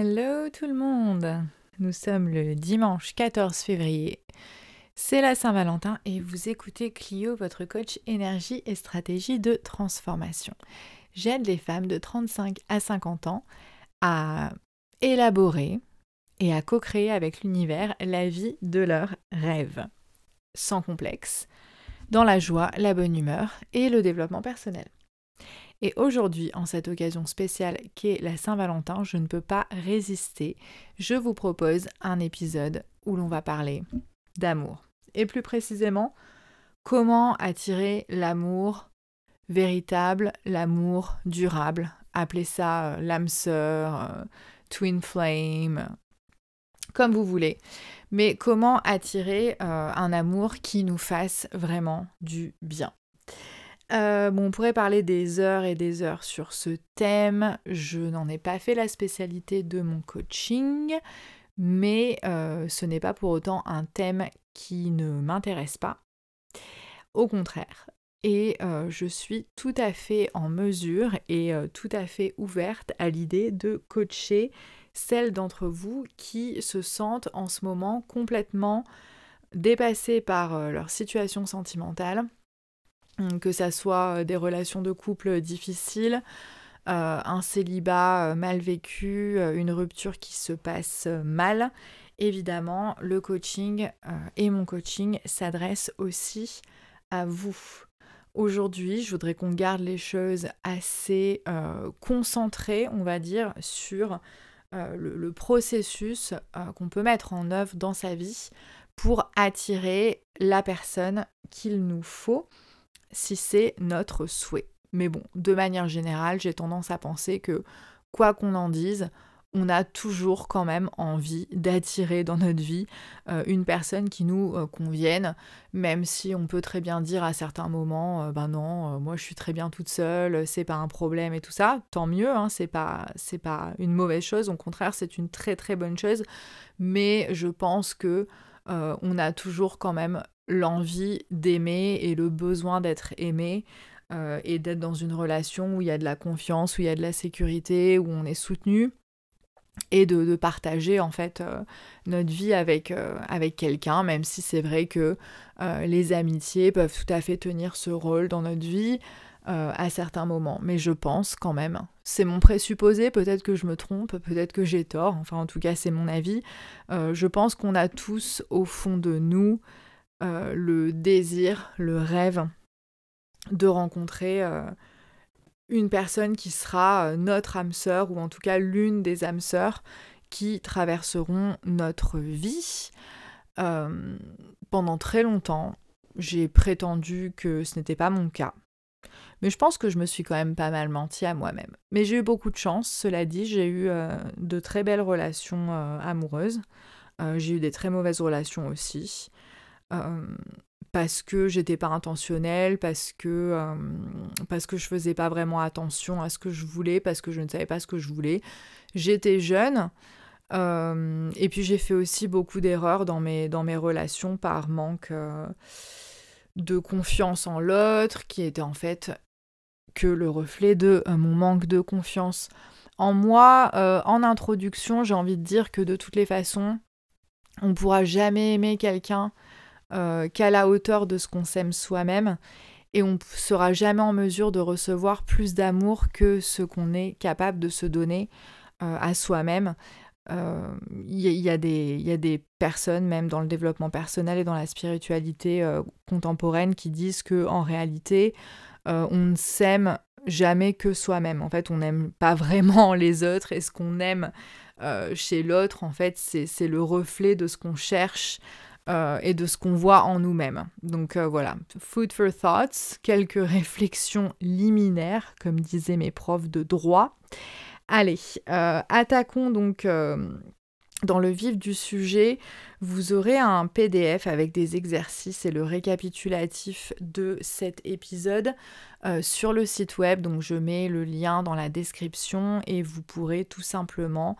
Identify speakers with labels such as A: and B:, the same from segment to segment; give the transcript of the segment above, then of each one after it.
A: Hello tout le monde! Nous sommes le dimanche 14 février. C'est la Saint-Valentin et vous écoutez Clio, votre coach énergie et stratégie de transformation. J'aide les femmes de 35 à 50 ans à élaborer et à co-créer avec l'univers la vie de leurs rêves, sans complexe, dans la joie, la bonne humeur et le développement personnel. Et aujourd'hui, en cette occasion spéciale qu'est la Saint-Valentin, je ne peux pas résister. Je vous propose un épisode où l'on va parler d'amour. Et plus précisément, comment attirer l'amour véritable, l'amour durable. Appelez ça l'âme sœur, twin flame, comme vous voulez. Mais comment attirer un amour qui nous fasse vraiment du bien. On pourrait parler des heures et des heures sur ce thème. Je n'en ai pas fait la spécialité de mon coaching, mais ce n'est pas pour autant un thème qui ne m'intéresse pas. Au contraire. Et je suis tout à fait en mesure et tout à fait ouverte à l'idée de coacher celles d'entre vous qui se sentent en ce moment complètement dépassées par leur situation sentimentale, que ça soit des relations de couple difficiles, un célibat mal vécu, une rupture qui se passe mal. Évidemment, le coaching et mon coaching s'adressent aussi à vous. Aujourd'hui, je voudrais qu'on garde les choses assez concentrées, on va dire, sur le processus qu'on peut mettre en œuvre dans sa vie pour attirer la personne qu'il nous faut, si c'est notre souhait. Mais bon, de manière générale, j'ai tendance à penser que, quoi qu'on en dise, on a toujours quand même envie d'attirer dans notre vie une personne qui nous convienne, même si on peut très bien dire à certains moments, non, moi je suis très bien toute seule, c'est pas un problème et tout ça, tant mieux, hein, c'est pas une mauvaise chose, au contraire c'est une très très bonne chose, mais je pense que on a toujours quand même l'envie d'aimer et le besoin d'être aimé et d'être dans une relation où il y a de la confiance, où il y a de la sécurité, où on est soutenu et de partager en fait notre vie avec quelqu'un, même si c'est vrai que les amitiés peuvent tout à fait tenir ce rôle dans notre vie à certains moments. Mais je pense quand même, c'est mon présupposé, peut-être que je me trompe, peut-être que j'ai tort, enfin en tout cas c'est mon avis, je pense qu'on a tous au fond de nous le désir, le rêve de rencontrer une personne qui sera notre âme sœur, ou en tout cas l'une des âmes sœurs qui traverseront notre vie. Pendant très longtemps, j'ai prétendu que ce n'était pas mon cas. Mais je pense que je me suis quand même pas mal menti à moi-même. Mais j'ai eu beaucoup de chance, cela dit, j'ai eu de très belles relations amoureuses. J'ai eu des très mauvaises relations aussi. Parce que j'étais pas intentionnelle, parce que je faisais pas vraiment attention à ce que je voulais, parce que je ne savais pas ce que je voulais. J'étais jeune, et puis j'ai fait aussi beaucoup d'erreurs dans mes relations par manque de confiance en l'autre, qui était en fait que le reflet de mon manque de confiance en moi. En introduction, j'ai envie de dire que de toutes les façons, on ne pourra jamais aimer quelqu'un qu'à la hauteur de ce qu'on s'aime soi-même, et on ne sera jamais en mesure de recevoir plus d'amour que ce qu'on est capable de se donner à soi-même. Y a des personnes, même dans le développement personnel et dans la spiritualité contemporaine, qui disent qu'en réalité, on ne s'aime jamais que soi-même. En fait, on n'aime pas vraiment les autres, et ce qu'on aime chez l'autre, en fait, c'est le reflet de ce qu'on cherche et de ce qu'on voit en nous-mêmes. Donc voilà, food for thoughts, quelques réflexions liminaires, comme disaient mes profs de droit. Allez, attaquons donc dans le vif du sujet. Vous aurez un PDF avec des exercices et le récapitulatif de cet épisode sur le site web, donc je mets le lien dans la description et vous pourrez tout simplement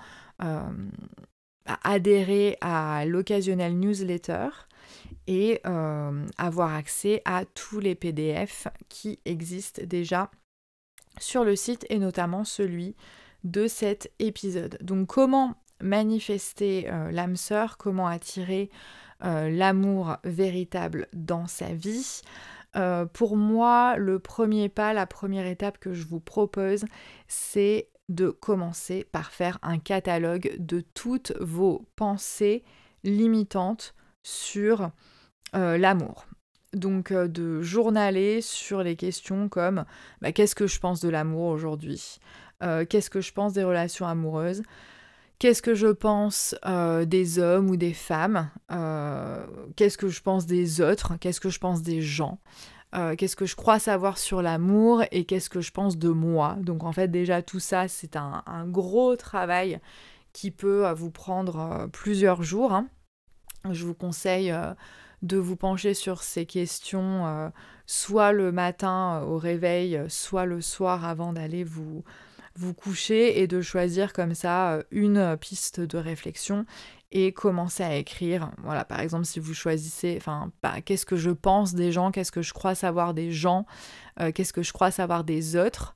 A: adhérer à l'occasionnel newsletter et avoir accès à tous les PDF qui existent déjà sur le site, et notamment celui de cet épisode. Donc comment manifester l'âme sœur, comment attirer l'amour véritable dans sa vie. Pour moi, le premier pas, la première étape que je vous propose, c'est de commencer par faire un catalogue de toutes vos pensées limitantes sur l'amour. Donc de journaler sur les questions comme qu'est-ce que je pense de l'amour aujourd'hui, qu'est-ce que je pense des relations amoureuses, qu'est-ce que je pense des hommes ou des femmes, qu'est-ce que je pense des autres, qu'est-ce que je pense des gens, qu'est-ce que je crois savoir sur l'amour et qu'est-ce que je pense de moi. Donc en fait déjà tout ça c'est un gros travail qui peut vous prendre plusieurs jours, hein. Je vous conseille de vous pencher sur ces questions soit le matin au réveil, soit le soir avant d'aller vous coucher et de choisir comme ça une piste de réflexion et commencer à écrire. Voilà, par exemple, si vous choisissez, qu'est-ce que je pense des gens, qu'est-ce que je crois savoir des gens, qu'est-ce que je crois savoir des autres,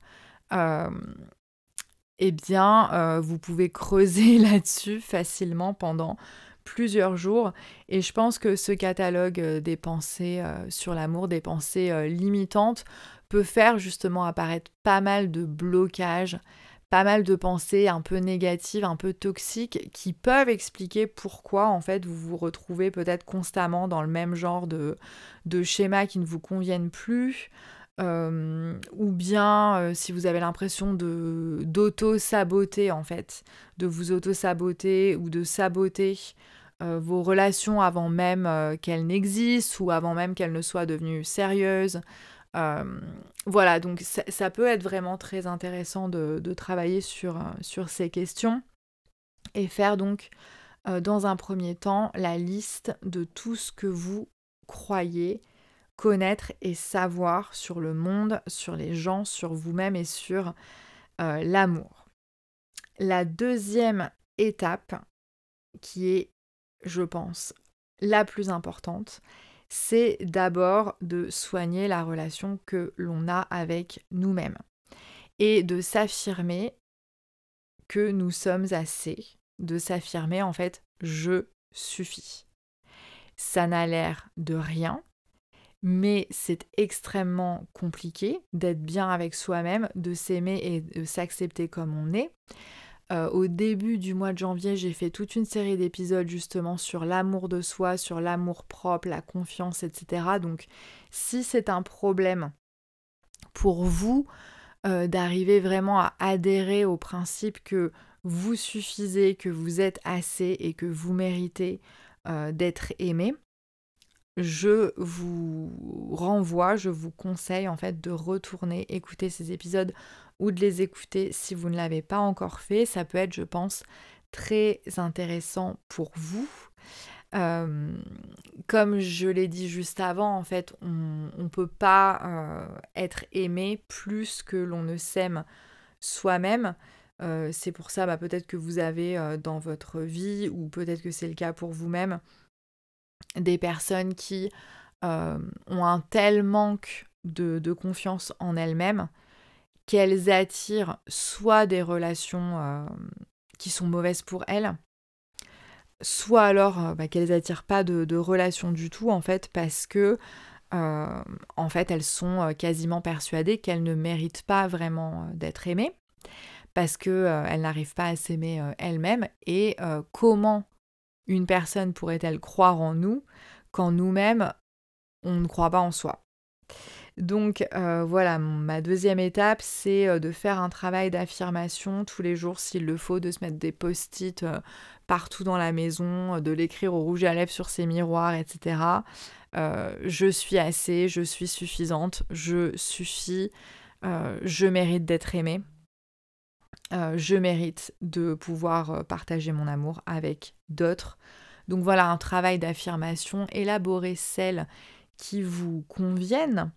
A: vous pouvez creuser là-dessus facilement pendant plusieurs jours. Et je pense que ce catalogue des pensées sur l'amour, des pensées limitantes, peut faire justement apparaître pas mal de blocages, pas mal de pensées un peu négatives, un peu toxiques, qui peuvent expliquer pourquoi en fait vous vous retrouvez peut-être constamment dans le même genre de schémas qui ne vous conviennent plus. Ou bien si vous avez l'impression d'auto-saboter en fait, de vous auto-saboter ou de saboter vos relations avant même qu'elles n'existent ou avant même qu'elles ne soient devenues sérieuses. Voilà, donc ça peut être vraiment très intéressant de travailler sur ces questions et faire donc dans un premier temps la liste de tout ce que vous croyez connaître et savoir sur le monde, sur les gens, sur vous-même et sur l'amour. La deuxième étape, qui est, je pense, la plus importante, c'est d'abord de soigner la relation que l'on a avec nous-mêmes et de s'affirmer que nous sommes assez, de s'affirmer en fait « je suffis ». Ça n'a l'air de rien, mais c'est extrêmement compliqué d'être bien avec soi-même, de s'aimer et de s'accepter comme on est. Au début du mois de janvier, j'ai fait toute une série d'épisodes justement sur l'amour de soi, sur l'amour propre, la confiance, etc. Donc si c'est un problème pour vous d'arriver vraiment à adhérer au principe que vous suffisez, que vous êtes assez et que vous méritez d'être aimé, je vous renvoie, je vous conseille en fait de retourner écouter ces épisodes ou de les écouter si vous ne l'avez pas encore fait. Ça peut être, je pense, très intéressant pour vous. Comme je l'ai dit juste avant, en fait, on ne peut pas être aimé plus que l'on ne s'aime soi-même. C'est pour ça, peut-être que vous avez dans votre vie, ou peut-être que c'est le cas pour vous-même, des personnes qui ont un tel manque de confiance en elles-mêmes qu'elles attirent soit des relations qui sont mauvaises pour elles, soit alors qu'elles n'attirent pas de relations du tout en fait parce que en fait elles sont quasiment persuadées qu'elles ne méritent pas vraiment d'être aimées parce qu'elles n'arrivent pas à s'aimer elles-mêmes et comment une personne pourrait-elle croire en nous quand nous-mêmes on ne croit pas en soi. Donc voilà, ma deuxième étape, c'est de faire un travail d'affirmation tous les jours s'il le faut, de se mettre des post-it partout dans la maison, de l'écrire au rouge à lèvres sur ses miroirs, etc. Je suis assez, je suis suffisante, je suffis, je mérite d'être aimée, je mérite de pouvoir partager mon amour avec d'autres. Donc voilà, un travail d'affirmation, élaborer celles qui vous conviennent.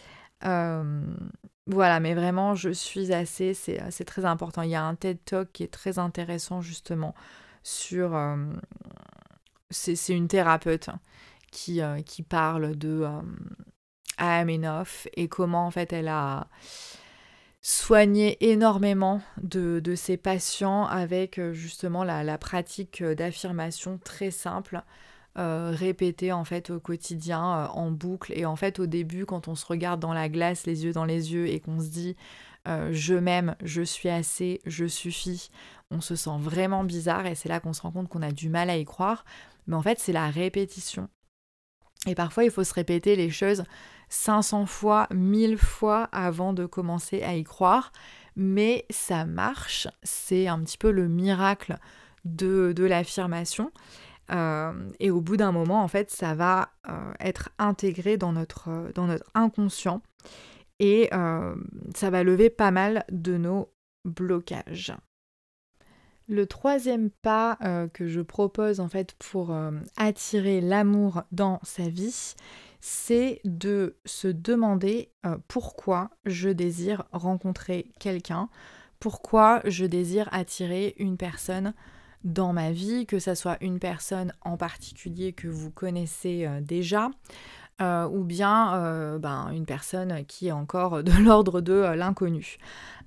A: Voilà, mais vraiment, je suis assez, c'est très important. Il y a un TED Talk qui est très intéressant justement sur... c'est une thérapeute qui parle de I am enough et comment en fait elle a soigner énormément de ces patients avec justement la pratique d'affirmation très simple, répétée en fait au quotidien en boucle. Et en fait au début, quand on se regarde dans la glace, les yeux dans les yeux, et qu'on se dit je m'aime, je suis assez, je suffis, on se sent vraiment bizarre, et c'est là qu'on se rend compte qu'on a du mal à y croire. Mais en fait c'est la répétition. Et parfois, il faut se répéter les choses 500 fois, 1000 fois avant de commencer à y croire. Mais ça marche, c'est un petit peu le miracle de l'affirmation. Et au bout d'un moment, en fait, ça va être intégré dans notre inconscient. Et ça va lever pas mal de nos blocages. Le troisième pas que je propose en fait pour attirer l'amour dans sa vie, c'est de se demander pourquoi je désire rencontrer quelqu'un, pourquoi je désire attirer une personne dans ma vie, que ça soit une personne en particulier que vous connaissez déjà, ou bien une personne qui est encore de l'ordre de l'inconnu.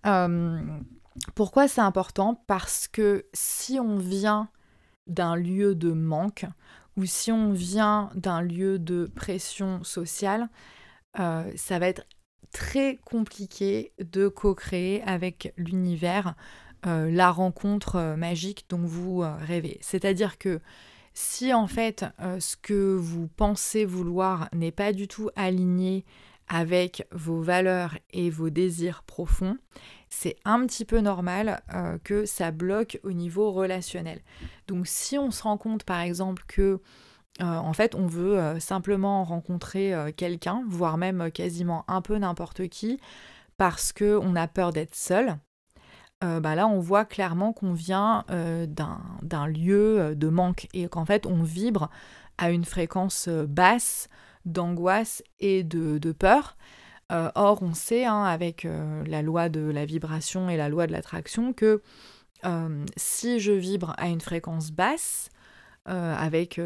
A: Pourquoi c'est important ? Parce que si on vient d'un lieu de manque, ou si on vient d'un lieu de pression sociale, ça va être très compliqué de co-créer avec l'univers la rencontre magique dont vous rêvez. C'est-à-dire que si en fait ce que vous pensez vouloir n'est pas du tout aligné avec vos valeurs et vos désirs profonds, c'est un petit peu normal que ça bloque au niveau relationnel. Donc si on se rend compte par exemple que en fait on veut simplement rencontrer quelqu'un, voire même quasiment un peu n'importe qui, parce qu'on a peur d'être seul, là on voit clairement qu'on vient d'un lieu de manque, et qu'en fait on vibre à une fréquence basse d'angoisse et de peur. Or on sait avec la loi de la vibration et la loi de l'attraction que si je vibre à une fréquence basse, avec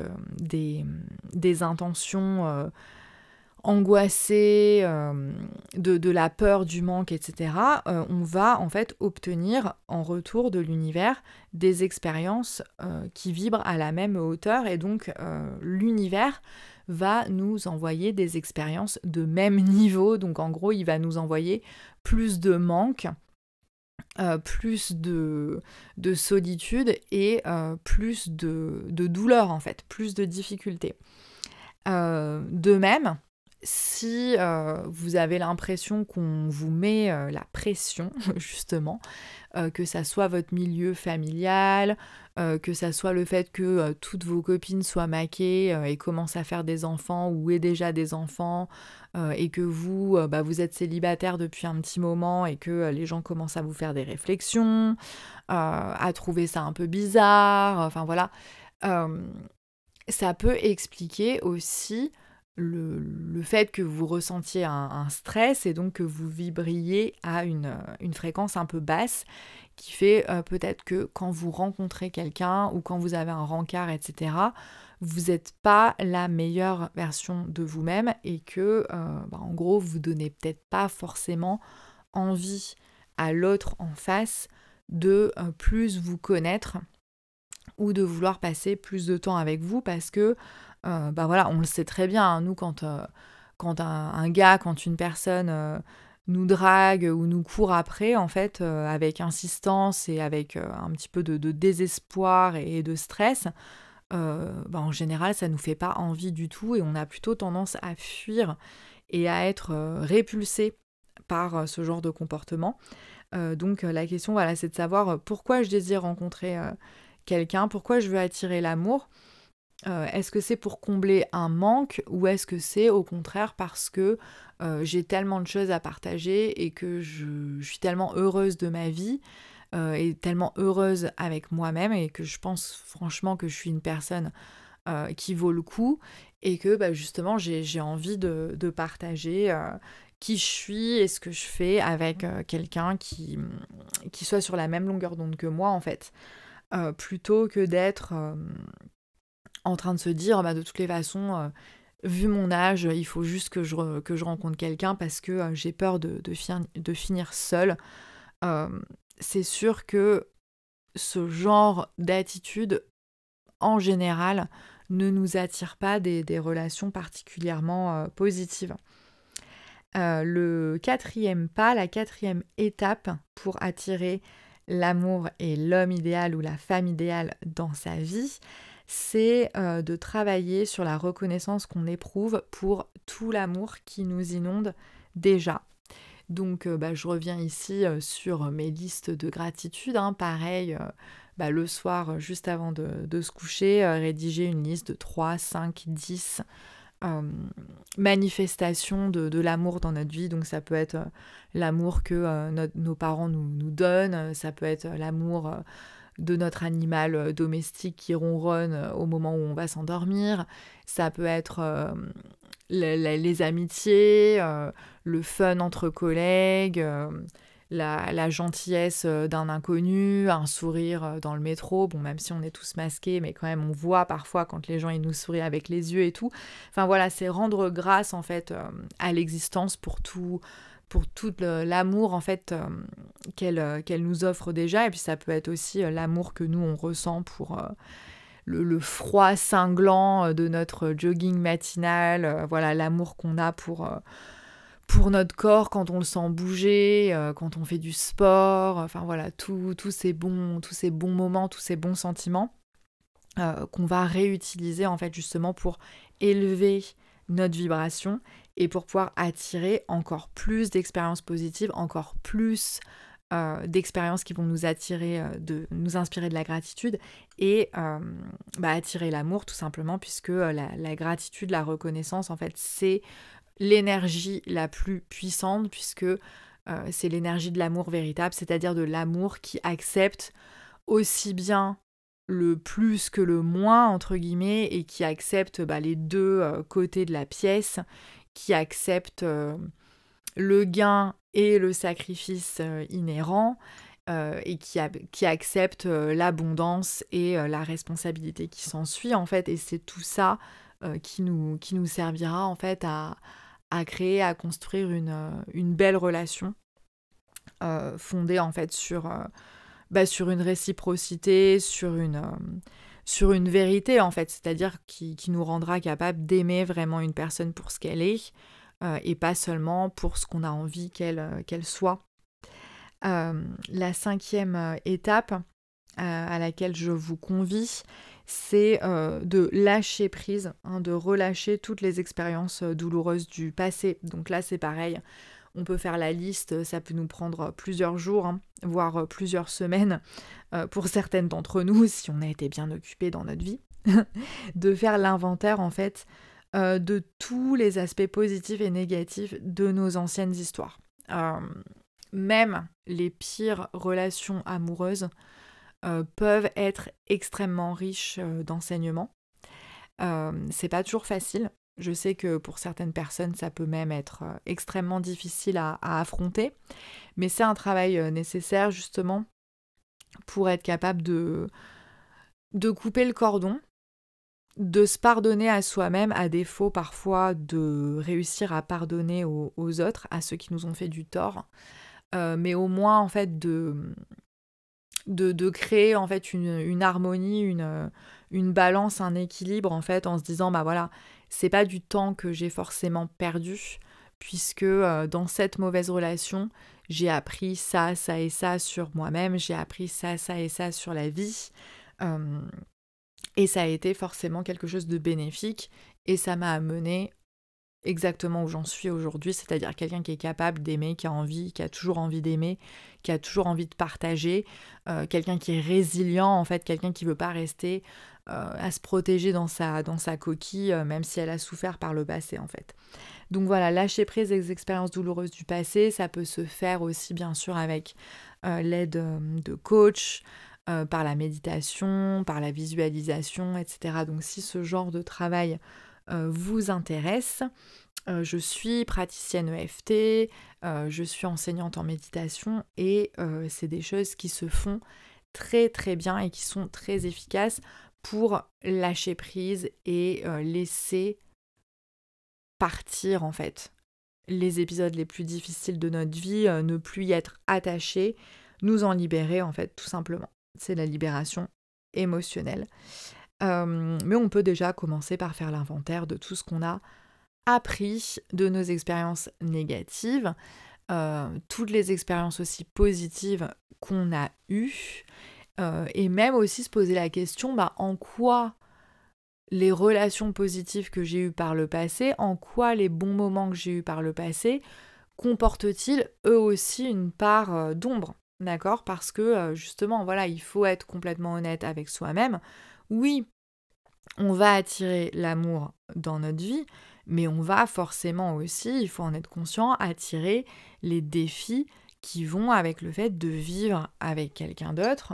A: des intentions angoissées, de la peur, du manque, etc., on va en fait obtenir en retour de l'univers des expériences qui vibrent à la même hauteur, et donc l'univers va nous envoyer des expériences de même niveau. Donc en gros, il va nous envoyer plus de manque, plus de solitude, et plus de douleur en fait, plus de difficultés. De même, si vous avez l'impression qu'on vous met la pression, justement, que ça soit votre milieu familial, que ça soit le fait que toutes vos copines soient maquées et commencent à faire des enfants ou aient déjà des enfants, et que vous êtes célibataire depuis un petit moment, et que les gens commencent à vous faire des réflexions, à trouver ça un peu bizarre, enfin voilà. Ça peut expliquer aussi le fait que vous ressentiez un stress, et donc que vous vibriez à une fréquence un peu basse, qui fait peut-être que quand vous rencontrez quelqu'un, ou quand vous avez un rencard, etc., vous n'êtes pas la meilleure version de vous-même, et que en gros vous donnez peut-être pas forcément envie à l'autre en face de plus vous connaître, ou de vouloir passer plus de temps avec vous, parce que on le sait très bien, nous quand un gars, quand une personne nous drague ou nous court après, en fait, avec insistance et avec un petit peu de désespoir et de stress, en général ça nous fait pas envie du tout, et on a plutôt tendance à fuir et à être répulsé par ce genre de comportement. Donc la question, voilà, c'est de savoir pourquoi je désire rencontrer quelqu'un, pourquoi je veux attirer l'amour. Est-ce que c'est pour combler un manque, ou est-ce que c'est au contraire parce que j'ai tellement de choses à partager, et que je suis tellement heureuse de ma vie, et tellement heureuse avec moi-même, et que je pense franchement que je suis une personne qui vaut le coup, et que justement j'ai envie de partager qui je suis et ce que je fais avec quelqu'un qui soit sur la même longueur d'onde que moi en fait. Plutôt que d'être en train de se dire de toutes les façons vu mon âge, il faut juste que je rencontre quelqu'un parce que j'ai peur de finir seule. Euh, c'est sûr que ce genre d'attitude, en général, ne nous attire pas des relations particulièrement positives. Le quatrième pas, la quatrième étape pour attirer l'amour et l'homme idéal ou la femme idéale dans sa vie, c'est de travailler sur la reconnaissance qu'on éprouve pour tout l'amour qui nous inonde déjà. Donc je reviens ici sur mes listes de gratitude, hein. Pareil, le soir, juste avant de se coucher, rédiger une liste de 3, 5, 10 euh, manifestations de l'amour dans notre vie. Donc ça peut être l'amour que nos parents nous donnent, ça peut être l'amour de notre animal domestique qui ronronne au moment où on va s'endormir, ça peut être les amitiés, le fun entre collègues, la gentillesse d'un inconnu, un sourire dans le métro, bon même si on est tous masqués, mais quand même on voit parfois quand les gens ils nous sourient avec les yeux et tout. Enfin voilà, c'est rendre grâce en fait à l'existence pour tout l'amour en fait qu'elle nous offre déjà, et puis ça peut être aussi l'amour que nous on ressent pour le froid cinglant de notre jogging matinal, voilà l'amour qu'on a pour notre corps quand on le sent bouger, quand on fait du sport, enfin voilà, tous ces bons moments, tous ces bons sentiments qu'on va réutiliser en fait justement pour élever notre vibration et pour pouvoir attirer encore plus d'expériences positives, encore plus d'expériences qui vont nous attirer, nous inspirer de la gratitude et attirer l'amour tout simplement, puisque la gratitude, la reconnaissance en fait c'est l'énergie la plus puissante, puisque c'est l'énergie de l'amour véritable, c'est-à-dire de l'amour qui accepte aussi bien le plus que le moins, entre guillemets, et qui accepte les deux côtés de la pièce, qui accepte le gain et le sacrifice inhérent, et qui accepte l'abondance et la responsabilité qui s'ensuit, en fait. Et c'est tout ça qui nous servira, en fait, à créer, à construire une belle relation fondée, en fait, sur une réciprocité, sur une vérité en fait, c'est-à-dire qui nous rendra capable d'aimer vraiment une personne pour ce qu'elle est et pas seulement pour ce qu'on a envie qu'elle soit. La cinquième étape à laquelle je vous convie, c'est de lâcher prise, hein, de relâcher toutes les expériences douloureuses du passé. Donc là c'est pareil, on peut faire la liste, ça peut nous prendre plusieurs jours, hein, voire plusieurs semaines, pour certaines d'entre nous, si on a été bien occupé dans notre vie, de faire l'inventaire en fait de tous les aspects positifs et négatifs de nos anciennes histoires. Même les pires relations amoureuses peuvent être extrêmement riches d'enseignements. C'est pas toujours facile. Je sais que pour certaines personnes, ça peut même être extrêmement difficile à affronter, mais c'est un travail nécessaire justement pour être capable de couper le cordon, de se pardonner à soi-même, à défaut parfois de réussir à pardonner aux autres, à ceux qui nous ont fait du tort, mais au moins en fait de créer en fait une harmonie, une balance, un équilibre en fait, en se disant voilà, c'est pas du temps que j'ai forcément perdu, puisque dans cette mauvaise relation, j'ai appris ça, ça et ça sur moi-même, j'ai appris ça, ça et ça sur la vie, et ça a été forcément quelque chose de bénéfique, et ça m'a amené exactement où j'en suis aujourd'hui, c'est-à-dire quelqu'un qui est capable d'aimer, qui a toujours envie d'aimer, qui a toujours envie de partager, quelqu'un qui est résilient en fait, quelqu'un qui veut pas rester à se protéger dans sa coquille, même si elle a souffert par le passé en fait. Donc voilà, lâcher prise des expériences douloureuses du passé, ça peut se faire aussi bien sûr avec l'aide de coach, par la méditation, par la visualisation, etc. Donc si ce genre de travail vous intéresse, je suis praticienne EFT, je suis enseignante en méditation et c'est des choses qui se font très très bien et qui sont très efficaces pour lâcher prise et laisser partir en fait les épisodes les plus difficiles de notre vie, ne plus y être attaché, nous en libérer en fait tout simplement. C'est la libération émotionnelle. Mais on peut déjà commencer par faire l'inventaire de tout ce qu'on a appris de nos expériences négatives, toutes les expériences aussi positives qu'on a eues, et même aussi se poser la question, en quoi les relations positives que j'ai eues par le passé, en quoi les bons moments que j'ai eus par le passé, comportent-ils eux aussi une part d'ombre, d'accord ? Parce que justement, voilà, il faut être complètement honnête avec soi-même. Oui, on va attirer l'amour dans notre vie, mais on va forcément aussi, il faut en être conscient, attirer les défis qui vont avec le fait de vivre avec quelqu'un d'autre.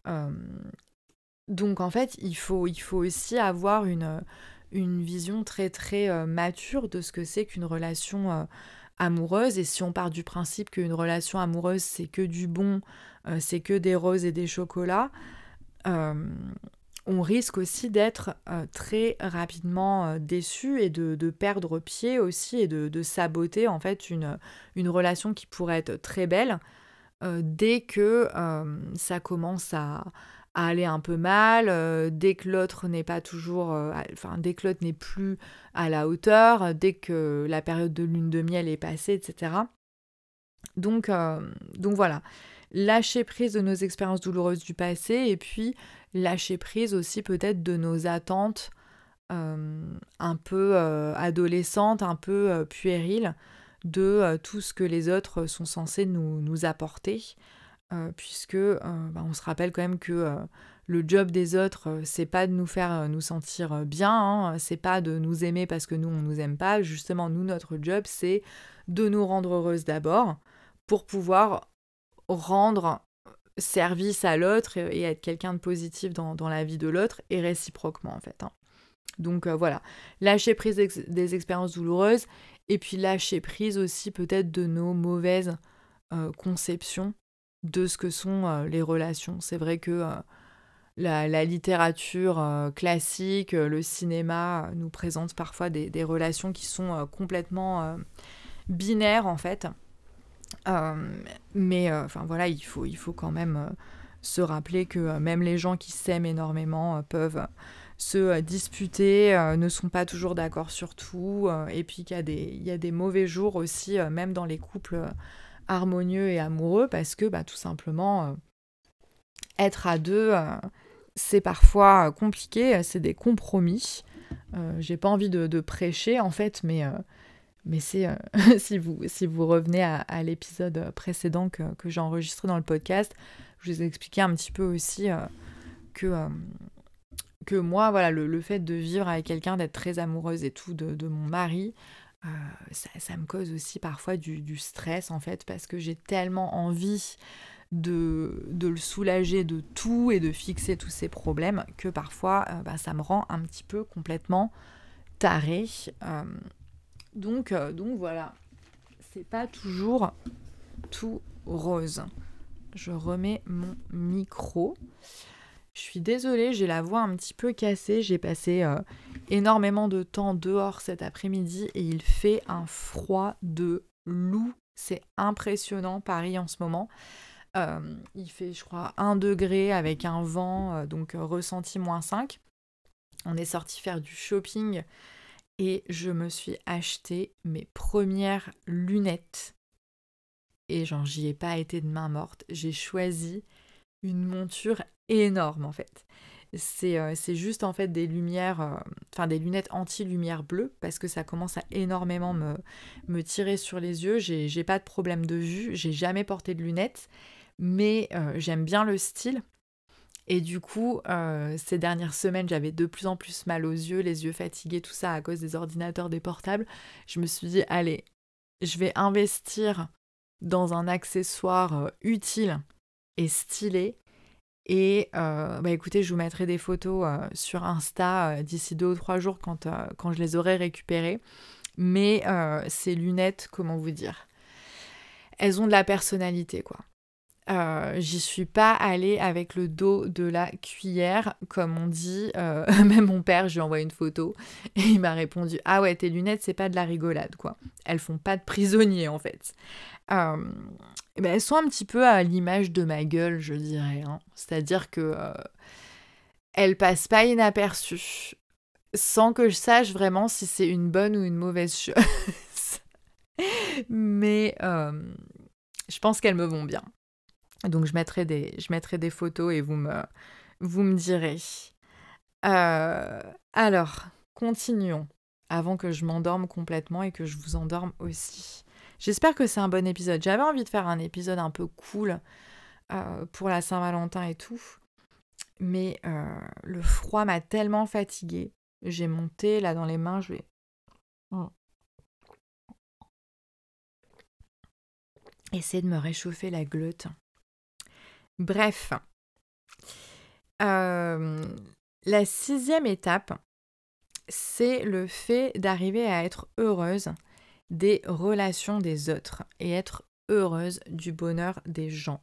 A: Donc en fait, il faut aussi avoir une vision très très mature de ce que c'est qu'une relation amoureuse. Et si on part du principe qu'une relation amoureuse, c'est que du bon, c'est que des roses et des chocolats, on risque aussi d'être très rapidement déçu et de perdre pied aussi et de saboter en fait une relation qui pourrait être très belle dès que ça commence à aller un peu mal, dès que l'autre n'est pas toujours, dès que l'autre n'est plus à la hauteur, dès que la période de lune de miel est passée, etc. Donc voilà, lâcher prise de nos expériences douloureuses du passé et puis lâcher prise aussi peut-être de nos attentes un peu adolescentes, un peu puériles de tout ce que les autres sont censés nous apporter, puisque on se rappelle quand même que le job des autres, c'est pas de nous faire nous sentir bien, hein, c'est pas de nous aimer parce que nous on nous aime pas, justement nous notre job c'est de nous rendre heureuses d'abord pour pouvoir rendre service à l'autre et être quelqu'un de positif dans la vie de l'autre et réciproquement en fait, hein. Donc voilà, lâcher prise des expériences douloureuses et puis lâcher prise aussi peut-être de nos mauvaises conceptions de ce que sont les relations. C'est vrai que la littérature classique, le cinéma nous présente parfois des relations qui sont complètement binaires en fait. Mais voilà, il faut quand même se rappeler que même les gens qui s'aiment énormément peuvent se disputer, ne sont pas toujours d'accord sur tout, et puis qu'il y a des mauvais jours aussi, même dans les couples harmonieux et amoureux, parce que tout simplement, être à deux, c'est parfois compliqué, c'est des compromis. J'ai pas envie de prêcher en fait, mais c'est si vous revenez à l'épisode précédent que j'ai enregistré dans le podcast, je vous ai expliqué un petit peu aussi que moi, voilà, le fait de vivre avec quelqu'un, d'être très amoureuse et tout de mon mari, ça me cause aussi parfois du stress en fait, parce que j'ai tellement envie de le soulager de tout et de fixer tous ses problèmes que parfois ça me rend un petit peu complètement tarée. Donc voilà, c'est pas toujours tout rose. Je remets mon micro. Je suis désolée, j'ai la voix un petit peu cassée. J'ai passé énormément de temps dehors cet après-midi et il fait un froid de loup. C'est impressionnant, Paris en ce moment. Il fait, je crois, 1 degré avec un vent, donc ressenti -5. On est sorti faire du shopping et je me suis acheté mes premières lunettes. Et j'y ai pas été de main morte. J'ai choisi une monture énorme en fait. C'est juste en fait des lumières, des lunettes anti-lumière bleue parce que ça commence à énormément me tirer sur les yeux. J'ai pas de problème de vue, j'ai jamais porté de lunettes, mais j'aime bien le style. Et du coup, ces dernières semaines, j'avais de plus en plus mal aux yeux, les yeux fatigués, tout ça à cause des ordinateurs, des portables. Je me suis dit, allez, je vais investir dans un accessoire utile et stylé. Et écoutez, je vous mettrai des photos sur Insta d'ici 2 ou 3 jours quand je les aurai récupérées. Mais ces lunettes, comment vous dire, elles ont de la personnalité, quoi. J'y suis pas allée avec le dos de la cuillère, comme on dit. Même mon père, je lui ai envoyé une photo et il m'a répondu: «Ah ouais, tes lunettes, c'est pas de la rigolade, quoi. Elles font pas de prisonnier, en fait». Euh, Elles sont un petit peu à l'image de ma gueule, je dirais, hein. C'est-à-dire que elles passent pas inaperçues, sans que je sache vraiment si c'est une bonne ou une mauvaise chose. Mais je pense qu'elles me vont bien. Donc je mettrai des photos et vous me direz. Alors, continuons, avant que je m'endorme complètement et que je vous endorme aussi. J'espère que c'est un bon épisode. J'avais envie de faire un épisode un peu cool pour la Saint-Valentin et tout, mais le froid m'a tellement fatiguée. J'ai mon thé là dans les mains, je vais... essayer de me réchauffer la glotte. Bref, la 6e étape, c'est le fait d'arriver à être heureuse des relations des autres et être heureuse du bonheur des gens.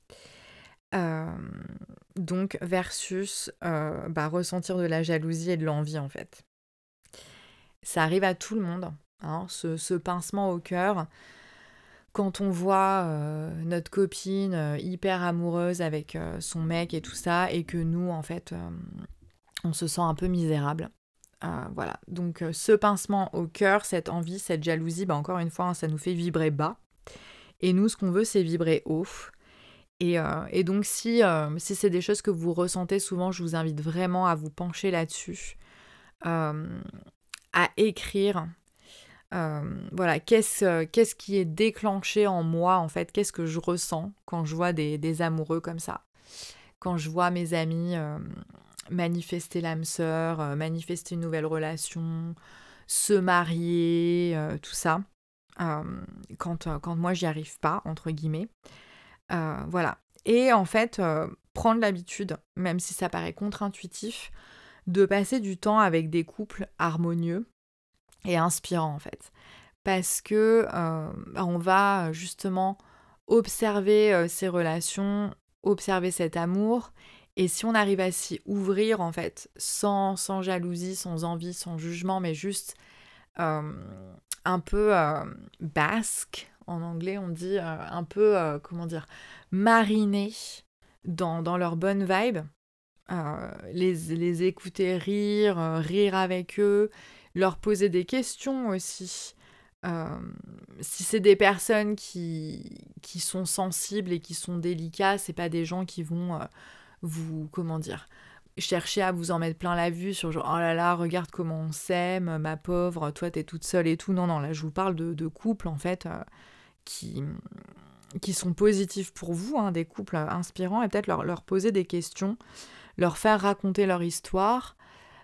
A: Donc versus ressentir de la jalousie et de l'envie, en fait. Ça arrive à tout le monde, hein, ce pincement au cœur quand on voit notre copine hyper amoureuse avec son mec et tout ça, et que nous, en fait, on se sent un peu misérable. Voilà, donc ce pincement au cœur, cette envie, cette jalousie, encore une fois, hein, ça nous fait vibrer bas. Et nous, ce qu'on veut, c'est vibrer haut. Et donc, si c'est des choses que vous ressentez souvent, je vous invite vraiment à vous pencher là-dessus, à écrire. Voilà, qu'est-ce qui est déclenché en moi, en fait, qu'est-ce que je ressens quand je vois des amoureux comme ça, quand je vois mes amis manifester l'âme sœur, manifester une nouvelle relation, se marier, tout ça, quand moi j'y arrive pas, entre guillemets. Voilà. Et en fait, prendre l'habitude, même si ça paraît contre-intuitif, de passer du temps avec des couples harmonieux et inspirants, en fait. Parce que on va justement observer ces relations, observer cet amour, et si on arrive à s'y ouvrir, en fait, sans jalousie, sans envie, sans jugement, mais juste un peu basque, en anglais on dit, un peu, comment dire, mariner dans leur bonne vibe, les écouter rire, rire avec eux, leur poser des questions aussi. Si c'est des personnes qui sont sensibles et qui sont délicats, c'est pas des gens qui vont vous, comment dire, chercher à vous en mettre plein la vue sur genre, oh là là, regarde comment on s'aime, ma pauvre, toi t'es toute seule et tout. Non, non, là je vous parle de couples en fait qui sont positifs pour vous, hein, des couples inspirants, et peut-être leur poser des questions, leur faire raconter leur histoire,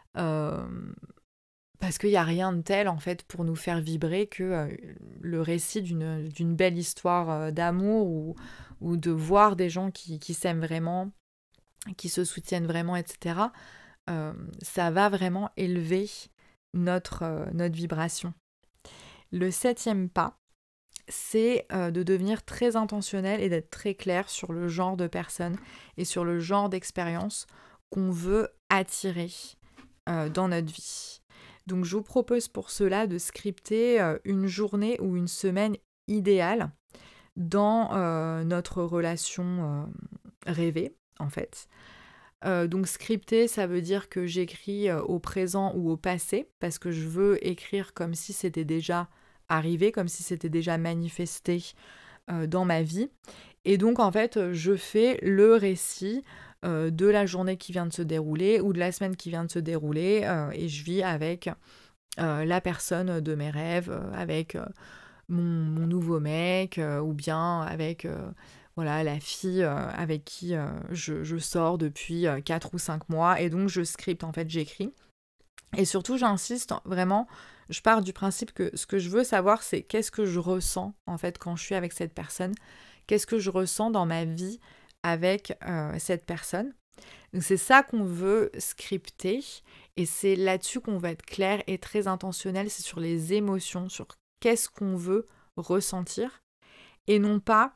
A: parce qu'il n'y a rien de tel en fait pour nous faire vibrer que le récit d'une belle histoire d'amour, ou de voir des gens qui s'aiment vraiment, qui se soutiennent vraiment, etc. Ça va vraiment élever notre vibration. Le 7e pas, c'est de devenir très intentionnel et d'être très clair sur le genre de personne et sur le genre d'expérience qu'on veut attirer dans notre vie. Donc je vous propose pour cela de scripter une journée ou une semaine idéale dans notre relation rêvée, en fait. Donc scripter, ça veut dire que j'écris au présent ou au passé, parce que je veux écrire comme si c'était déjà arrivé, comme si c'était déjà manifesté dans ma vie. Et donc en fait, je fais le récit de la journée qui vient de se dérouler ou de la semaine qui vient de se dérouler, et je vis avec la personne de mes rêves, avec mon nouveau mec, ou bien avec voilà, la fille avec qui je sors depuis 4 ou 5 mois. Et donc je scripte, en fait, j'écris. Et surtout, j'insiste vraiment, je pars du principe que ce que je veux savoir, c'est qu'est-ce que je ressens, en fait, quand je suis avec cette personne. Qu'est-ce que je ressens dans ma vie avec cette personne. Donc c'est ça qu'on veut scripter, et c'est là-dessus qu'on va être clair et très intentionnel, c'est sur les émotions, sur qu'est-ce qu'on veut ressentir, et non pas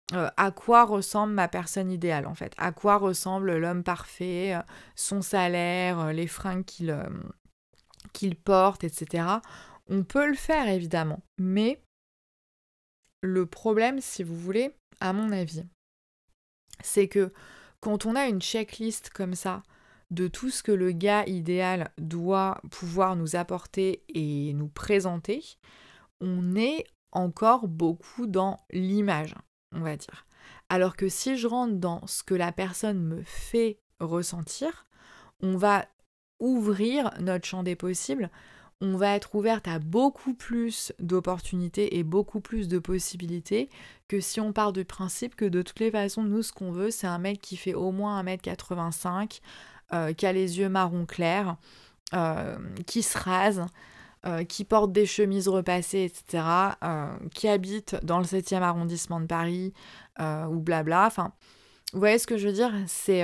A: à quoi ressemble ma personne idéale en fait, à quoi ressemble l'homme parfait, son salaire, les fringues qu'il porte, etc. On peut le faire évidemment, mais le problème, si vous voulez, à mon avis, c'est que quand on a une checklist comme ça de tout ce que le gars idéal doit pouvoir nous apporter et nous présenter, on est encore beaucoup dans l'image, on va dire. Alors que si je rentre dans ce que la personne me fait ressentir, on va ouvrir notre champ des possibles, on va être ouverte à beaucoup plus d'opportunités et beaucoup plus de possibilités que si on part du principe que de toutes les façons, nous, ce qu'on veut, c'est un mec qui fait au moins 1m85, qui a les yeux marron clair, qui se rase, qui porte des chemises repassées, etc., qui habite dans le 7e arrondissement de Paris, ou blabla. Enfin, vous voyez ce que je veux dire ?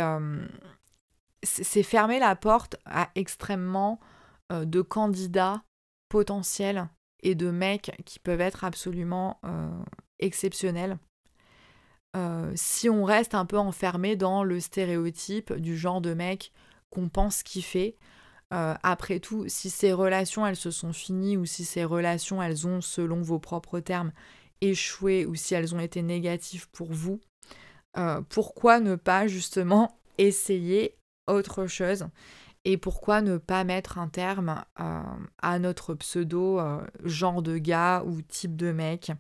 A: C'est fermer la porte à extrêmement de candidats potentiels et de mecs qui peuvent être absolument exceptionnels. Si on reste un peu enfermé dans le stéréotype du genre de mec qu'on pense kiffer, après tout, si ces relations, elles se sont finies ou si ces relations, elles ont, selon vos propres termes, échoué ou si elles ont été négatives pour vous, pourquoi ne pas justement essayer autre chose et pourquoi ne pas mettre un terme à notre pseudo genre de gars ou type de mec.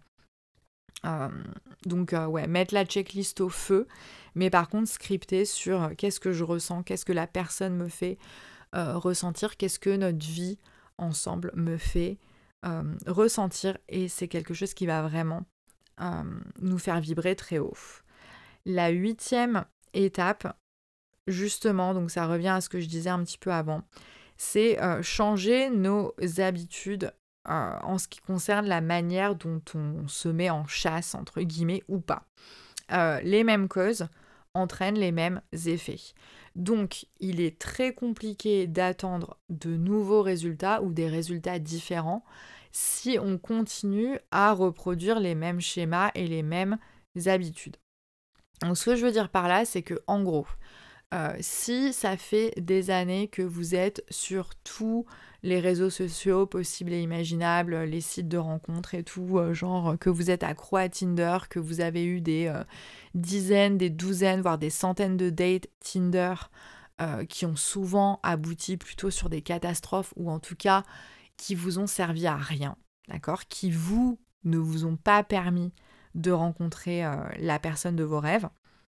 A: Donc ouais, mettre la checklist au feu, mais par contre scripter sur qu'est-ce que je ressens, qu'est-ce que la personne me fait ressentir, qu'est-ce que notre vie ensemble me fait ressentir, et c'est quelque chose qui va vraiment nous faire vibrer très haut. La 8e étape, justement, donc ça revient à ce que je disais un petit peu avant, c'est changer nos habitudes en ce qui concerne la manière dont on se met en chasse, entre guillemets, ou pas. Les mêmes causes entraînent les mêmes effets. Donc, il est très compliqué d'attendre de nouveaux résultats ou des résultats différents si on continue à reproduire les mêmes schémas et les mêmes habitudes. Donc, ce que je veux dire par là, c'est que, en gros, si ça fait des années que vous êtes sur tous les réseaux sociaux possibles et imaginables, les sites de rencontres et tout, genre que vous êtes accro à Tinder, que vous avez eu des dizaines, des douzaines, voire des centaines de dates Tinder qui ont souvent abouti plutôt sur des catastrophes ou en tout cas qui vous ont servi à rien, d'accord ? Qui ne vous ont pas permis de rencontrer la personne de vos rêves.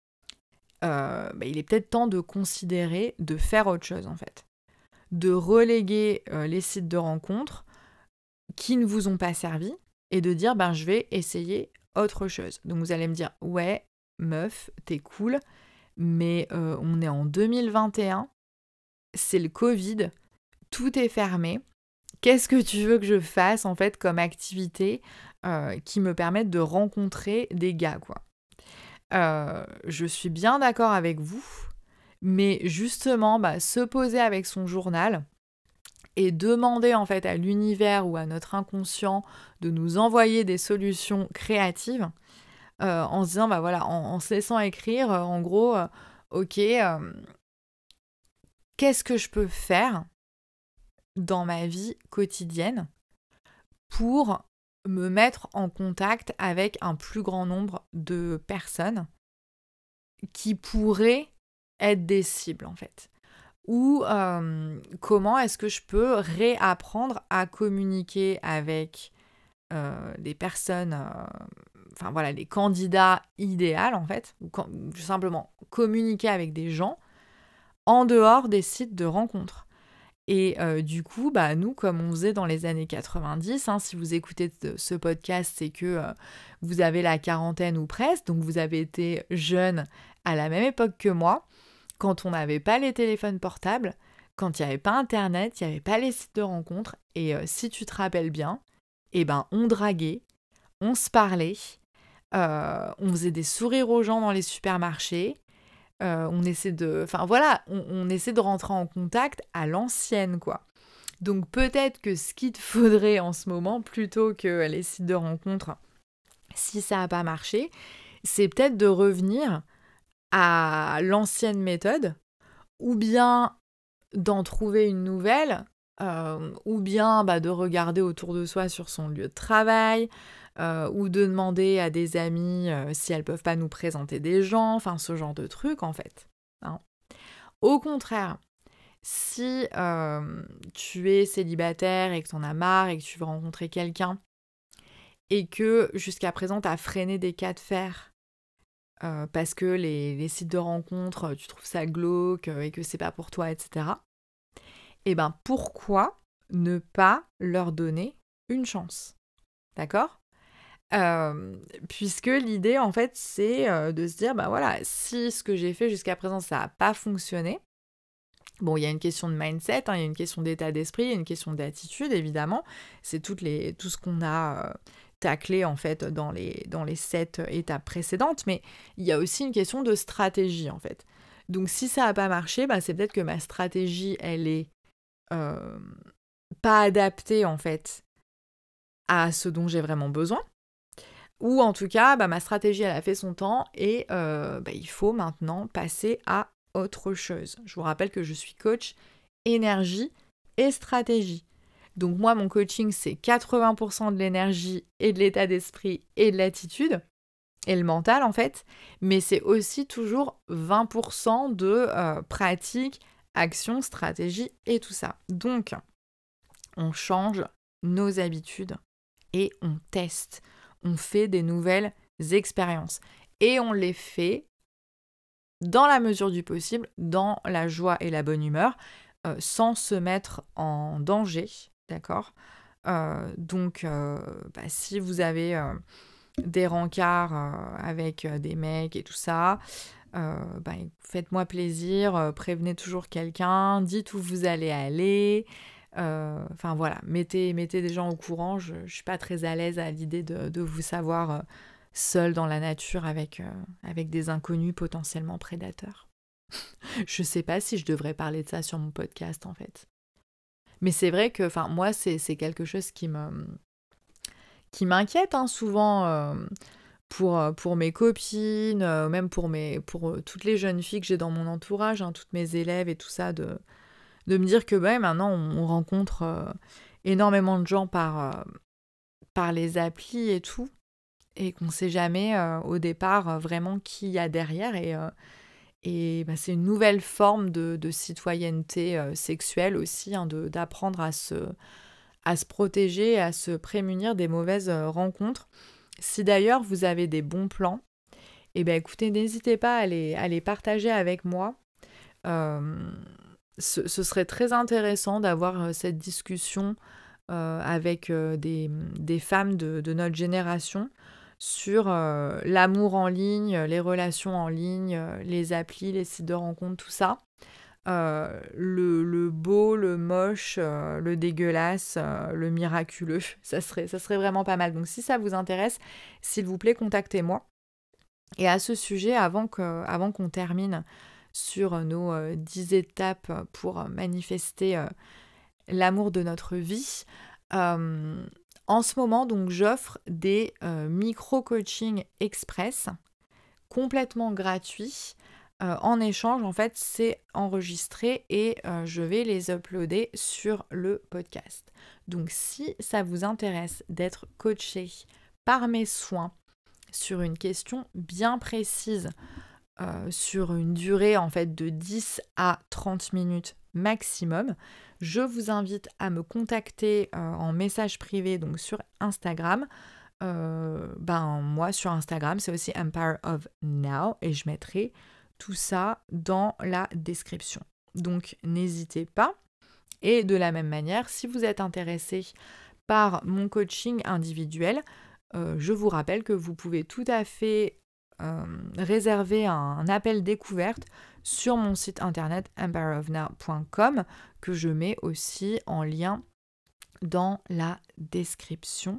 A: Il est peut-être temps de considérer de faire autre chose en fait. De reléguer les sites de rencontres qui ne vous ont pas servi et de dire je vais essayer autre chose. Donc vous allez me dire ouais meuf t'es cool mais on est en 2021, c'est le Covid, tout est fermé. Qu'est-ce que tu veux que je fasse en fait comme activité qui me permette de rencontrer des gars quoi. Je suis bien d'accord avec vous, mais justement, se poser avec son journal et demander en fait à l'univers ou à notre inconscient de nous envoyer des solutions créatives en se disant, voilà, en se laissant écrire, en gros, ok, qu'est-ce que je peux faire dans ma vie quotidienne pour me mettre en contact avec un plus grand nombre de personnes qui pourraient être des cibles en fait. Ou comment est-ce que je peux réapprendre à communiquer avec des personnes, les candidats idéaux en fait, ou simplement communiquer avec des gens en dehors des sites de rencontres. Et du coup, nous, comme on faisait dans les années 90, si vous écoutez ce podcast, c'est que vous avez la quarantaine ou presque, donc vous avez été jeune à la même époque que moi, quand on n'avait pas les téléphones portables, quand il n'y avait pas Internet, il n'y avait pas les sites de rencontres, et si tu te rappelles bien, on draguait, on se parlait, on faisait des sourires aux gens dans les supermarchés, on essaie de rentrer en contact à l'ancienne, quoi. Donc peut-être que ce qu'il te faudrait en ce moment, plutôt que les sites de rencontres, si ça n'a pas marché, c'est peut-être de revenir à l'ancienne méthode, ou bien d'en trouver une nouvelle, ou bien de regarder autour de soi sur son lieu de travail, ou de demander à des amis si elles peuvent pas nous présenter des gens, enfin ce genre de trucs en fait. Hein. Au contraire, si tu es célibataire et que t'en as marre et que tu veux rencontrer quelqu'un et que jusqu'à présent t'as freiné des cas de fer parce que les sites de rencontres, tu trouves ça glauque et que c'est pas pour toi, etc. Eh ben pourquoi ne pas leur donner une chance? D'accord? Puisque l'idée en fait c'est de se dire voilà, si ce que j'ai fait jusqu'à présent ça n'a pas fonctionné, bon il y a une question de mindset, il y a une question d'état d'esprit, il y a une question d'attitude évidemment, c'est tout ce qu'on a taclé en fait dans les 7 étapes précédentes, mais il y a aussi une question de stratégie en fait. Donc si ça n'a pas marché, c'est peut-être que ma stratégie elle est pas adaptée en fait à ce dont j'ai vraiment besoin. Ou en tout cas, ma stratégie, elle a fait son temps et il faut maintenant passer à autre chose. Je vous rappelle que je suis coach énergie et stratégie. Donc moi, mon coaching, c'est 80% de l'énergie et de l'état d'esprit et de l'attitude et le mental en fait, mais c'est aussi toujours 20% de pratique, action, stratégie et tout ça. Donc, on change nos habitudes et on teste. On fait des nouvelles expériences. Et on les fait dans la mesure du possible, dans la joie et la bonne humeur, sans se mettre en danger, d'accord ? Donc, si vous avez des rencarts avec des mecs et tout ça, faites-moi plaisir, prévenez toujours quelqu'un, dites où vous allez aller. Enfin voilà, mettez des gens au courant. Je suis pas très à l'aise à l'idée de vous savoir seul dans la nature avec des inconnus potentiellement prédateurs. Je sais pas si je devrais parler de ça sur mon podcast en fait. Mais c'est vrai que moi c'est quelque chose qui m'inquiète souvent pour mes copines, même pour toutes les jeunes filles que j'ai dans mon entourage, toutes mes élèves et tout ça, de me dire que maintenant on rencontre énormément de gens par les applis et tout, et qu'on sait jamais au départ vraiment qui y a derrière, et c'est une nouvelle forme de citoyenneté sexuelle aussi, d'apprendre à se protéger, à se prémunir des mauvaises rencontres. Si d'ailleurs vous avez des bons plans, écoutez, n'hésitez pas à les partager avec moi. Ce serait très intéressant d'avoir cette discussion avec des femmes de notre génération sur l'amour en ligne, les relations en ligne, les applis, les sites de rencontres, tout ça. Le beau, le moche, le dégueulasse, le miraculeux, ça serait vraiment pas mal. Donc si ça vous intéresse, s'il vous plaît, contactez-moi. Et à ce sujet, avant qu'on termine sur nos 10 étapes pour manifester l'amour de notre vie, en ce moment, donc, j'offre des micro-coaching express complètement gratuits. En échange, en fait, c'est enregistré et je vais les uploader sur le podcast. Donc, si ça vous intéresse d'être coaché par mes soins sur une question bien précise, sur une durée en fait de 10 à 30 minutes maximum, je vous invite à me contacter en message privé, donc sur Instagram. Moi sur Instagram c'est aussi Empire of Now et je mettrai tout ça dans la description. Donc n'hésitez pas. Et de la même manière, si vous êtes intéressé par mon coaching individuel, je vous rappelle que vous pouvez tout à fait réserver un appel découverte sur mon site internet empireofnow.com, que je mets aussi en lien dans la description.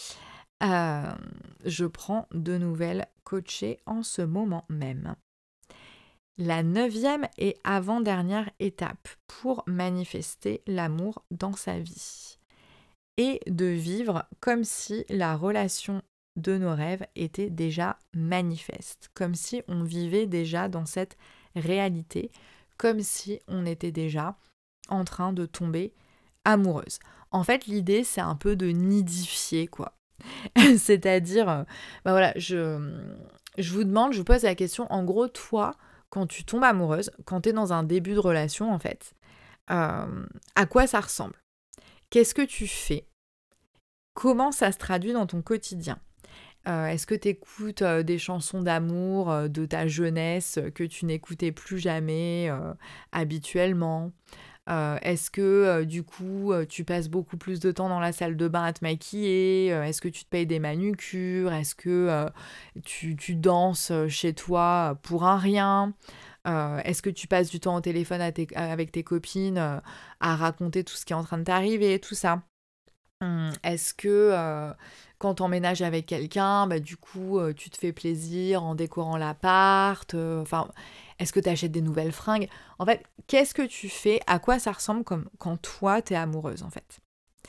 A: Je prends de nouvelles coachées en ce moment même. La 9e et avant-dernière étape pour manifester l'amour dans sa vie est de vivre comme si la relation de nos rêves était déjà manifeste, comme si on vivait déjà dans cette réalité, comme si on était déjà en train de tomber amoureuse. En fait, l'idée, c'est un peu de nidifier, quoi. C'est-à-dire, voilà, je vous demande, je vous pose la question, en gros, toi, quand tu tombes amoureuse, quand tu es dans un début de relation, en fait, à quoi ça ressemble? Qu'est-ce que tu fais? Comment ça se traduit dans ton quotidien? Est-ce que tu écoutes des chansons d'amour de ta jeunesse que tu n'écoutais plus jamais habituellement? Est-ce que du coup tu passes beaucoup plus de temps dans la salle de bain à te maquiller? Est-ce que tu te payes des manucures? Est-ce que tu danses chez toi pour un rien? Est-ce que tu passes du temps au téléphone avec tes copines à raconter tout ce qui est en train de t'arriver, tout ça? Est-ce que quand t'emménages avec quelqu'un, bah, du coup, tu te fais plaisir en décorant l'appart? Enfin, est-ce que tu achètes des nouvelles fringues? En fait, qu'est-ce que tu fais? À quoi ça ressemble comme quand toi, t'es amoureuse, en fait?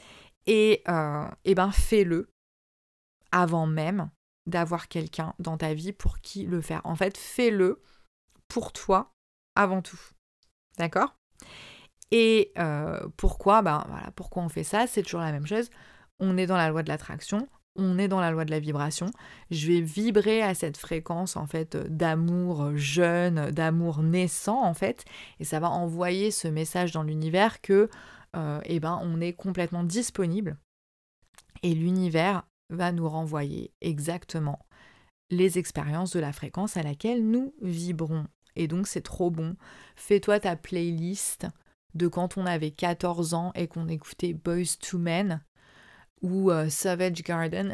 A: Et ben, fais-le avant même d'avoir quelqu'un dans ta vie pour qui le faire. En fait, fais-le pour toi avant tout. D'accord? Et pourquoi? Ben, voilà, pourquoi on fait ça? C'est toujours la même chose. On est dans la loi de l'attraction, on est dans la loi de la vibration. Je vais vibrer à cette fréquence, en fait, d'amour jeune, d'amour naissant, en fait, et ça va envoyer ce message dans l'univers que, eh ben, on est complètement disponible et l'univers va nous renvoyer exactement les expériences de la fréquence à laquelle nous vibrons. Et donc, c'est trop bon. Fais-toi ta playlist de quand on avait 14 ans et qu'on écoutait Boyz II Men ou Savage Garden.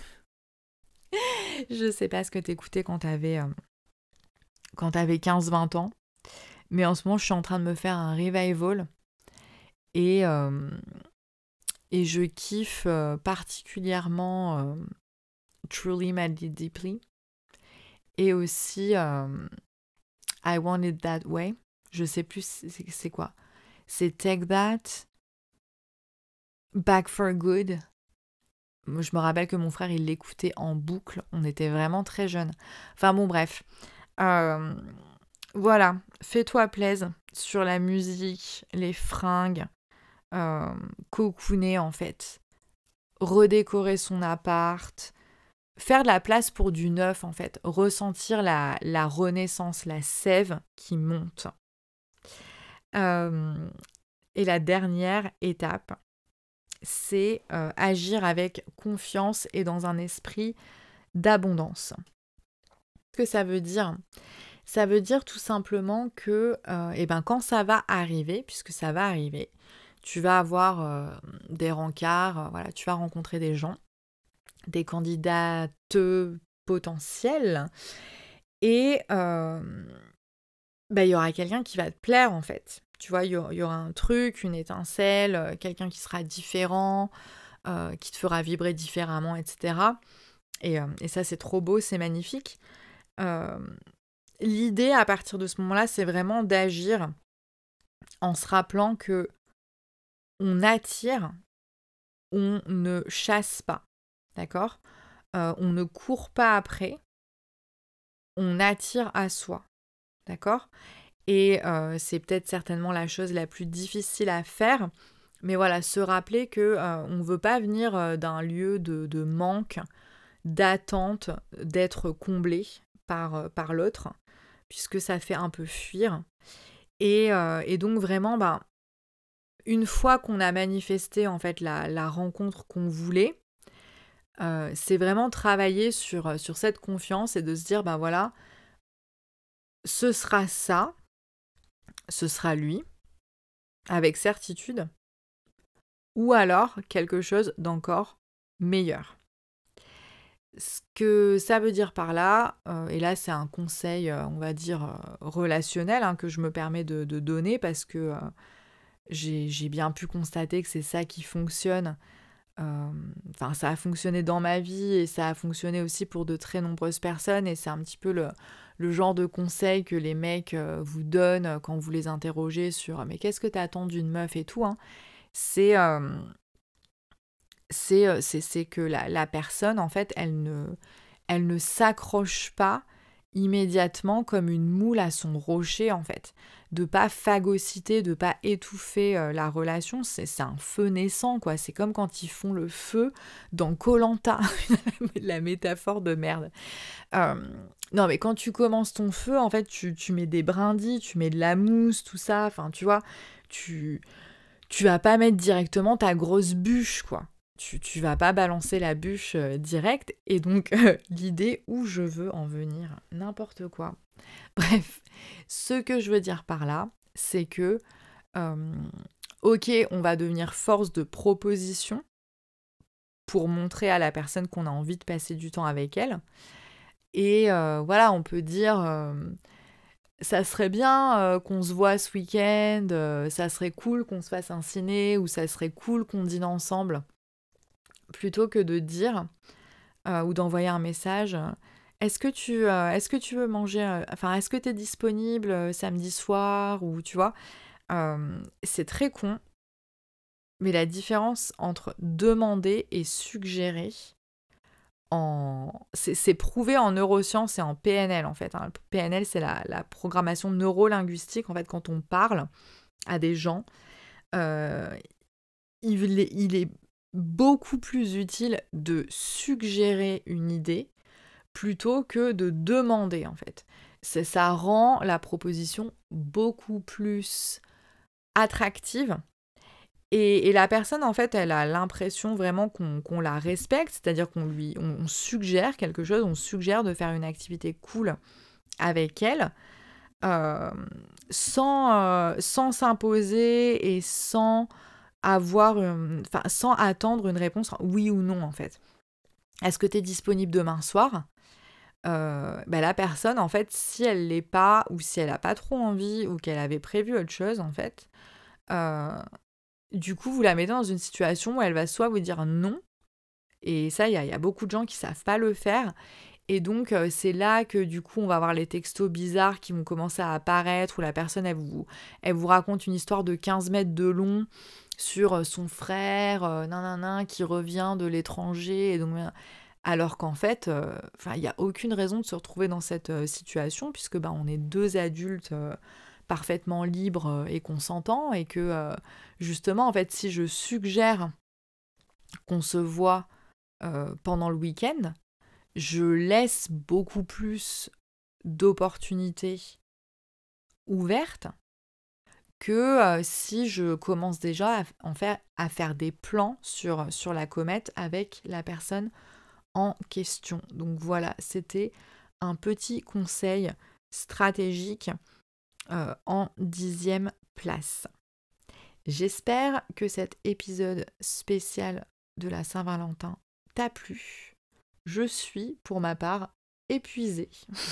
A: Je sais pas ce que t'écoutais quand t'avais 15-20 ans, mais en ce moment, je suis en train de me faire un revival et, euh, et je kiffe particulièrement Truly Madly Deeply et aussi I Want It That Way. Je sais plus c'est quoi. C'est Take That, Back for Good. Je me rappelle que mon frère, il l'écoutait en boucle. On était vraiment très jeunes. Enfin bon, bref. Voilà, fais-toi plaisir sur la musique, les fringues, cocooner en fait. Redécorer son appart. Faire de la place pour du neuf en fait. Ressentir la renaissance, la sève qui monte. Et la dernière étape, c'est agir avec confiance et dans un esprit d'abondance. Qu'est-ce que ça veut dire? Ça veut dire tout simplement que quand ça va arriver, puisque ça va arriver, tu vas avoir des rencarts, voilà, tu vas rencontrer des gens, des candidates potentiels, et il y aura quelqu'un qui va te plaire en fait. Tu vois, il y aura un truc, une étincelle, quelqu'un qui sera différent, qui te fera vibrer différemment, etc. Et ça, c'est trop beau, c'est magnifique. L'idée, à partir de ce moment-là, c'est vraiment d'agir en se rappelant que on attire, on ne chasse pas, d'accord? On ne court pas après, on attire à soi, d'accord? Et c'est peut-être certainement la chose la plus difficile à faire, mais voilà, se rappeler que on ne veut pas venir d'un lieu de manque, d'attente, d'être comblé par l'autre, puisque ça fait un peu fuir. Et donc vraiment, une fois qu'on a manifesté en fait la rencontre qu'on voulait, c'est vraiment travailler sur cette confiance et de se dire, voilà, ce sera ça, ce sera lui, avec certitude, ou alors quelque chose d'encore meilleur. Ce que ça veut dire par là, et là c'est un conseil, on va dire, relationnel que je me permets de donner parce que j'ai bien pu constater que c'est ça qui fonctionne. Enfin, ça a fonctionné dans ma vie et ça a fonctionné aussi pour de très nombreuses personnes et c'est un petit peu le genre de conseil que les mecs vous donnent quand vous les interrogez sur « mais qu'est-ce que t'attends d'une meuf » et tout, hein. C'est c'est que la personne, en fait, elle ne s'accroche pas immédiatement comme une moule à son rocher, en fait. De pas phagocyter, de pas étouffer la relation, c'est un feu naissant, quoi. C'est comme quand ils font le feu dans koh la métaphore de merde. Euh, non, mais quand tu commences ton feu, en fait, tu mets des brindilles, tu mets de la mousse, tout ça, enfin, tu vois, tu, tu vas pas mettre directement ta grosse bûche, quoi. Tu vas pas balancer la bûche direct. Et donc, l'idée où je veux en venir, n'importe quoi. Bref, ce que je veux dire par là, c'est que, ok, on va devenir force de proposition pour montrer à la personne qu'on a envie de passer du temps avec elle. Et voilà, on peut dire, ça serait bien qu'on se voit ce week-end, ça serait cool qu'on se fasse un ciné, ou ça serait cool qu'on dîne ensemble, plutôt que de dire, ou d'envoyer un message, est-ce que tu veux manger, enfin, est-ce que tu es disponible samedi soir, ou tu vois, c'est très con, mais la différence entre demander et suggérer, c'est prouvé en neurosciences et en PNL, en fait. Hein. PNL, c'est la programmation neurolinguistique. En fait, quand on parle à des gens, euh, il est beaucoup plus utile de suggérer une idée plutôt que de demander, en fait. Ça rend la proposition beaucoup plus attractive. Et la personne, en fait, elle a l'impression vraiment qu'on la respecte, c'est-à-dire on suggère quelque chose, on suggère de faire une activité cool avec elle, euh, sans s'imposer et sans sans attendre une réponse oui ou non, en fait. Est-ce que tu es disponible demain soir ? La personne, en fait, si elle l'est pas, ou si elle a pas trop envie, ou qu'elle avait prévu autre chose, en fait, du coup, vous la mettez dans une situation où elle va soit vous dire non, et ça, il y a beaucoup de gens qui savent pas le faire, et donc c'est là que du coup, on va avoir les textos bizarres qui vont commencer à apparaître, où la personne, elle vous raconte une histoire de 15 mètres de long sur son frère, qui revient de l'étranger, et donc, alors qu'en fait, il n'y a aucune raison de se retrouver dans cette situation, puisque on est deux adultes parfaitement libres et consentants, et que justement, en fait, si je suggère qu'on se voit pendant le week-end, je laisse beaucoup plus d'opportunités ouvertes que si je commence déjà à faire des plans sur la comète avec la personne en question. Donc voilà, c'était un petit conseil stratégique en 10e place. J'espère que cet épisode spécial de la Saint-Valentin t'a plu. Je suis, pour ma part, épuisée.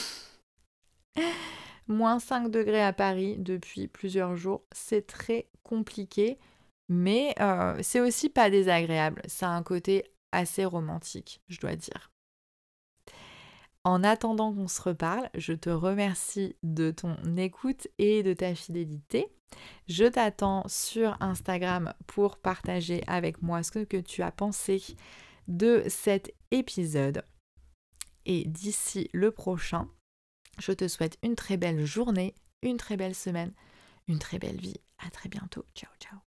A: Moins 5 degrés à Paris depuis plusieurs jours, c'est très compliqué, mais c'est aussi pas désagréable. Ça a un côté assez romantique, je dois dire. En attendant qu'on se reparle, je te remercie de ton écoute et de ta fidélité. Je t'attends sur Instagram pour partager avec moi ce que tu as pensé de cet épisode. Et d'ici le prochain, je te souhaite une très belle journée, une très belle semaine, une très belle vie. À très bientôt. Ciao, ciao.